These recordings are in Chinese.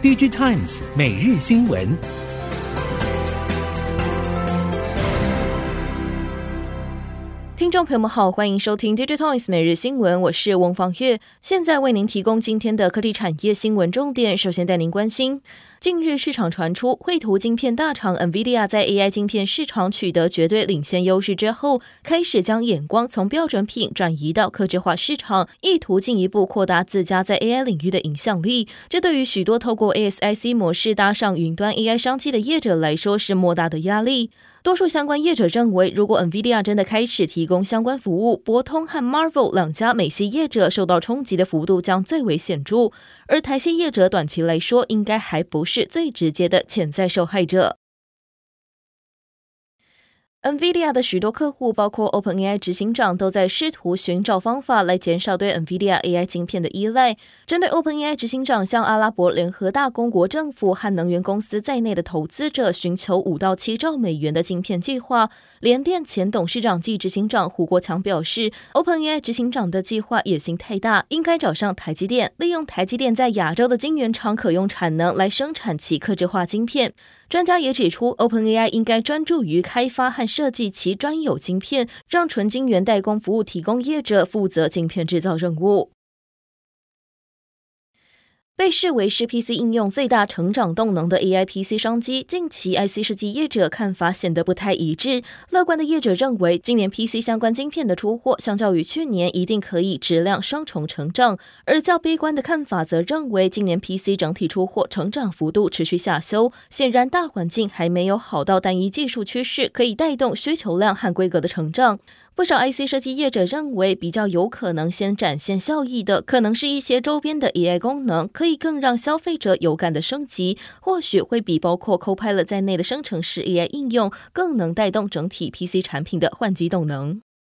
DigiTimes 每日新闻。 听众朋友们好，欢迎收听 DigiTimes 每日新闻，我是翁芳月，现在为您提供今天的科技产业新闻重点。首先带您关心，近日市场传出，绘图晶片大厂 NVIDIA 在 AI 晶片市场取得绝对领先优势之后，开始将眼光从标准品转移到客制化市场，意图进一步扩大自家在 AI 领域的影响力。这对于许多透过 ASIC 模式搭上云端 AI 商机的业者来说是莫大的压力。多数相关业者认为，如果 NVIDIA 真的开始提供相关服务，博通和 Marvell 两家美系业者受到冲击的幅度将最为显著，而台系业者短期来说应该还不是最直接的潜在受害者。NVIDIA 的许多客户，包括 OpenAI 执行长，都在试图寻找方法来减少对 NVIDIA AI 晶片的依赖。针对 OpenAI 执行长向阿拉伯联合大公国政府和能源公司在内的投资者寻求5到7兆美元的晶片计划，联电前董事长暨执行长胡国强表示， OpenAI 执行长的计划野心太大，应该找上台积电，利用台积电在亚洲的晶圆厂可用产能来生产其客制化晶片。专家也指出， OpenAI 应该专注于开发和设计其专有晶片，让纯晶圆代工服务提供业者负责晶片制造任务。被视为是 PC 应用最大成长动能的 AI PC 商机，近期 IC 设计业者看法显得不太一致。乐观的业者认为，今年 PC 相关晶片的出货相较于去年一定可以质量双重成长，而较悲观的看法则认为，今年 PC 整体出货成长幅度持续下修，显然大环境还没有好到单一技术趋势可以带动需求量和规格的成长。不少 IC 设计业者认为，比较有可能先展现效益的，可能是一些周边的 AI 功能，可以更让消费者有感的升级，或许会比包括 Copilot 在内的生成式 AI 应用更能带动整体 PC 产品的换机动能。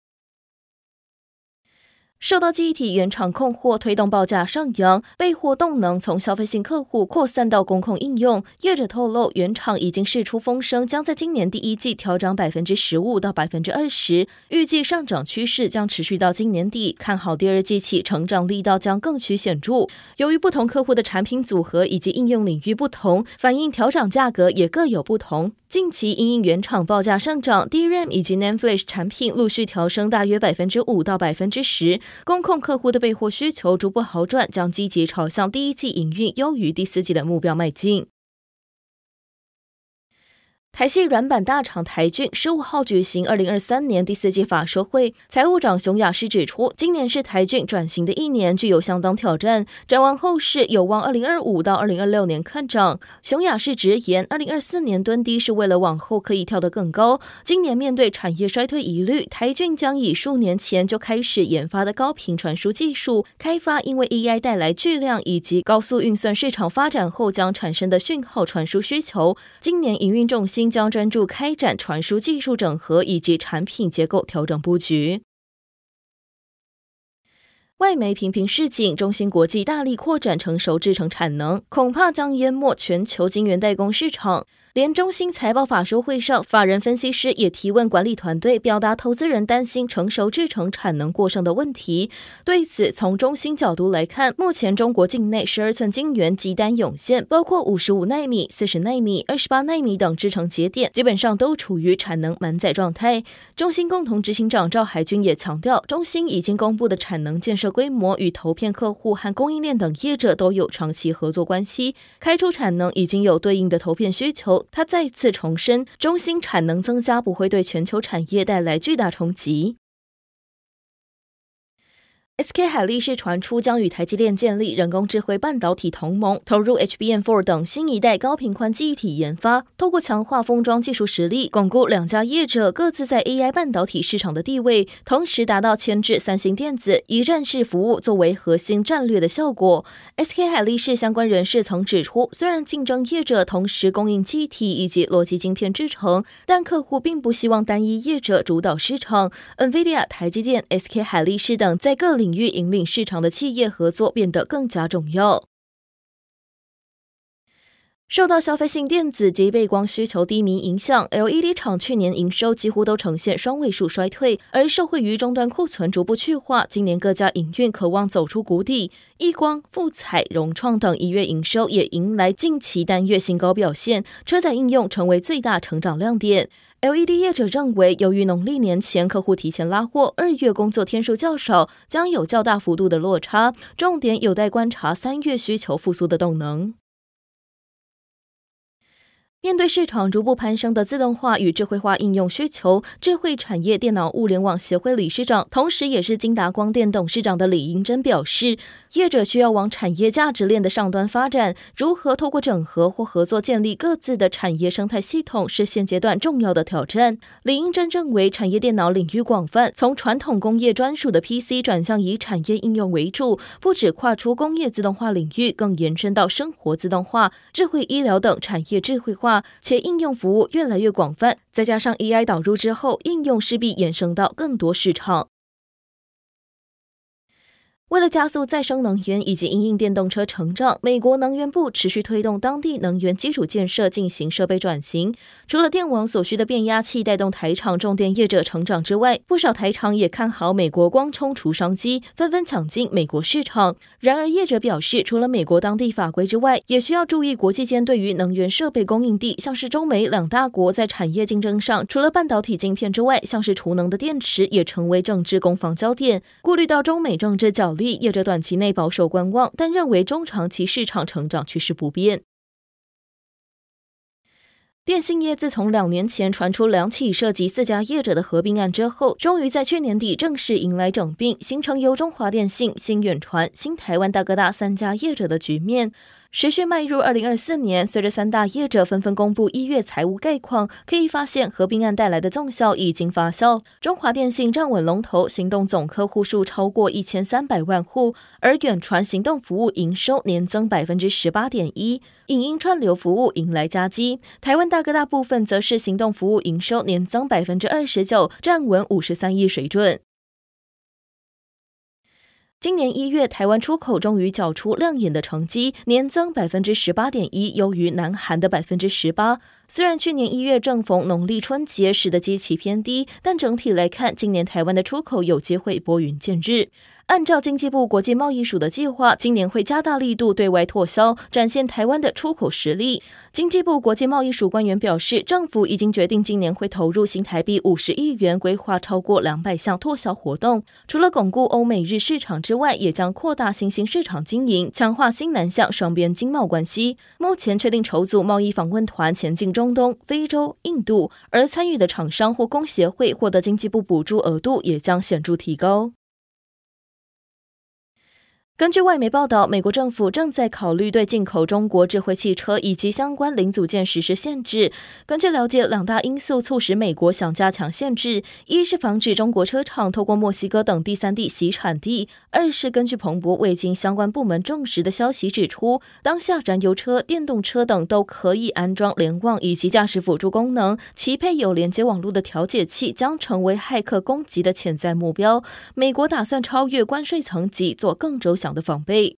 受到记忆体原厂控货推动报价上扬，备货动能从消费性客户扩散到公控应用。业者透露，原厂已经释出风声，将在今年第一季调涨 15% 到 20%， 预计上涨趋势将持续到今年底，看好第二季起成长力道将更趋显著。由于不同客户的产品组合以及应用领域不同，反映调涨价格也各有不同。近期因应原厂报价上涨， DRAM 以及 NAND Flash 产品陆续调升大约 5% 到 10%， 公控客户的备货需求逐步好转，将积极朝向第一季营运优于第四季的目标迈进。台系软板大厂台骏15号举行2023年第四季法说会，财务长熊雅士指出，今年是台骏转型的一年，具有相当挑战，展望后市有望2025到2026年看涨。熊雅士直言，2024年蹲低是为了往后可以跳得更高，今年面对产业衰退疑虑，台骏将以数年前就开始研发的高频传输技术开发，因为 AI 带来巨量以及高速运算市场发展后将产生的讯号传输需求，今年营运重心将专注开展传输技术整合以及产品结构调整布局。外媒频频示警，中芯国际大力扩展成熟制程产能，恐怕将淹没全球晶圆代工市场。连中芯财报法说会上，法人分析师也提问管理团队，表达投资人担心成熟制程产能过剩的问题。对此，从中芯角度来看，目前中国境内12寸晶圆急单涌现，包括55奈米、40奈米、28奈米等制程节点，基本上都处于产能满载状态。中芯共同执行长赵海军也强调，中芯已经公布的产能建设规模与投片客户和供应链等业者都有长期合作关系，开出产能已经有对应的投片需求。他再次重申，中芯产能增加不会对全球产业带来巨大冲击。SK 海力士传出将与台积电建立人工智慧半导体同盟，投入 HBM4 等新一代高频宽记忆体研发，透过强化封装技术实力，巩固两家业者各自在 AI 半导体市场的地位，同时达到牵制三星电子一站式服务作为核心战略的效果。SK 海力士相关人士曾指出，虽然竞争业者同时供应记忆体以及逻辑晶片制程，但客户并不希望单一业者主导市场。NVIDIA、台积电、SK 海力士等在各领域引领市场的企业合作变得更加重要。 受到消费性电子及背光需求低迷影响 ，LED 厂去年营收几乎都呈现双位数衰退，而受惠于终端库存逐步去化，今年各家营运渴望走出谷底。亿光、富彩、融创等1月营收也迎来近期单月新高表现，车载应用成为最大成长亮点。LED 业者认为，由于农历年前客户提前拉货，2月工作天数较少，将有较大幅度的落差，重点有待观察3月需求复苏的动能。面对市场逐步攀升的自动化与智慧化应用需求，智慧产业电脑物联网协会理事长，同时也是金达光电董事长的李英珍表示，业者需要往产业价值链的上端发展，如何透过整合或合作建立各自的产业生态系统，是现阶段重要的挑战。李英珍认为，产业电脑领域广泛，从传统工业专属的 PC 转向以产业应用为主，不只跨出工业自动化领域，更延伸到生活自动化、智慧医疗等产业智慧化，且应用服务越来越广泛，再加上 AI 导入之后，应用势必延伸到更多市场。为了加速再生能源以及因应电动车成长，美国能源部持续推动当地能源基础建设进行设备转型。除了电网所需的变压器带动台厂重电业者成长之外，不少台厂也看好美国光充储商机，纷纷抢进美国市场。然而业者表示，除了美国当地法规之外，也需要注意国际间对于能源设备供应地，像是中美两大国在产业竞争上，除了半导体晶片之外，像是储能的电池也成为政治攻防焦点。顾虑到中美政治角力，业者短期内保守观望，但认为中长期市场成长趋势不变。电信业自从2年前传出2起涉及4家业者的合并案之后，终于在去年底正式迎来整并，形成由中华电信、新远传、新台湾大哥大3家业者的局面。持续迈入2024年，随着3大业者纷纷公布1月财务概况，可以发现合并案带来的纵效已经发酵。中华电信站稳龙头，行动总客户数超过1300万户，而远传行动服务营收年增 18.1%， 影音串流服务迎来佳绩。台湾大哥大部分则是行动服务营收年增 29%， 站稳53亿水准。今年1月，台湾出口终于缴出亮眼的成绩，年增 18.1%， 优于南韩的 18%。虽然去年1月正逢农历春节，使得基期偏低，但整体来看，今年台湾的出口有机会拨云见日。按照经济部国际贸易署的计划，今年会加大力度对外拓销，展现台湾的出口实力。经济部国际贸易署官员表示，政府已经决定今年会投入新台币50亿元，规划超过200项拓销活动。除了巩固欧美日市场之外，也将扩大新兴市场经营，强化新南向双边经贸关系。目前确定筹组贸易访问团前进中东、非洲、印度，而参与的厂商或工协会获得经济部补助额度也将显著提高。根据外媒报道，美国政府正在考虑对进口中国智慧汽车以及相关零组件实施限制。根据了解，2大因素促使美国想加强限制：一是防止中国车厂透过墨西哥等第三地洗产地；二是根据彭博未经相关部门证实的消息指出，当下燃油车、电动车等都可以安装联网以及驾驶辅助功能，其配有连接网络的调节器将成为骇客攻击的潜在目标。美国打算超越关税层级，做更周详的防备。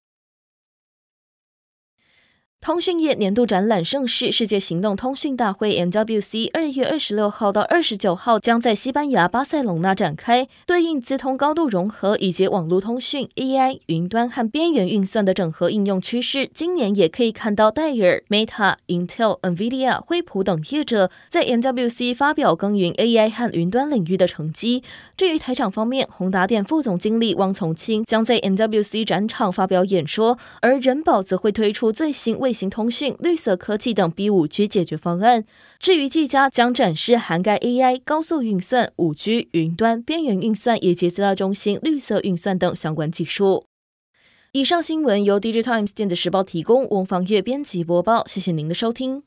通讯业年度展览盛事世界行动通讯大会 MWC 2月26号到29号将在西班牙巴塞隆纳展开，对应资通高度融合以及网络通讯、AI、云端和边缘运算的整合应用趋势。今年也可以看到戴尔、Meta、Intel、NVIDIA、惠普等业者在 MWC 发表耕耘 AI 和云端领域的成绩。至于台厂方面，宏达电副总经理汪从清将在 MWC 展场发表演说，而人保则会推出最新卫星通讯、绿色科技等 B5G 解决方案。至于技嘉将展示涵盖 AI、高速运算、5G、云端、边缘运算以及资料中心、绿色运算等相关技术。以上新闻由 Digital Times 电子时报提供，翁方月编辑播报，谢谢您的收听。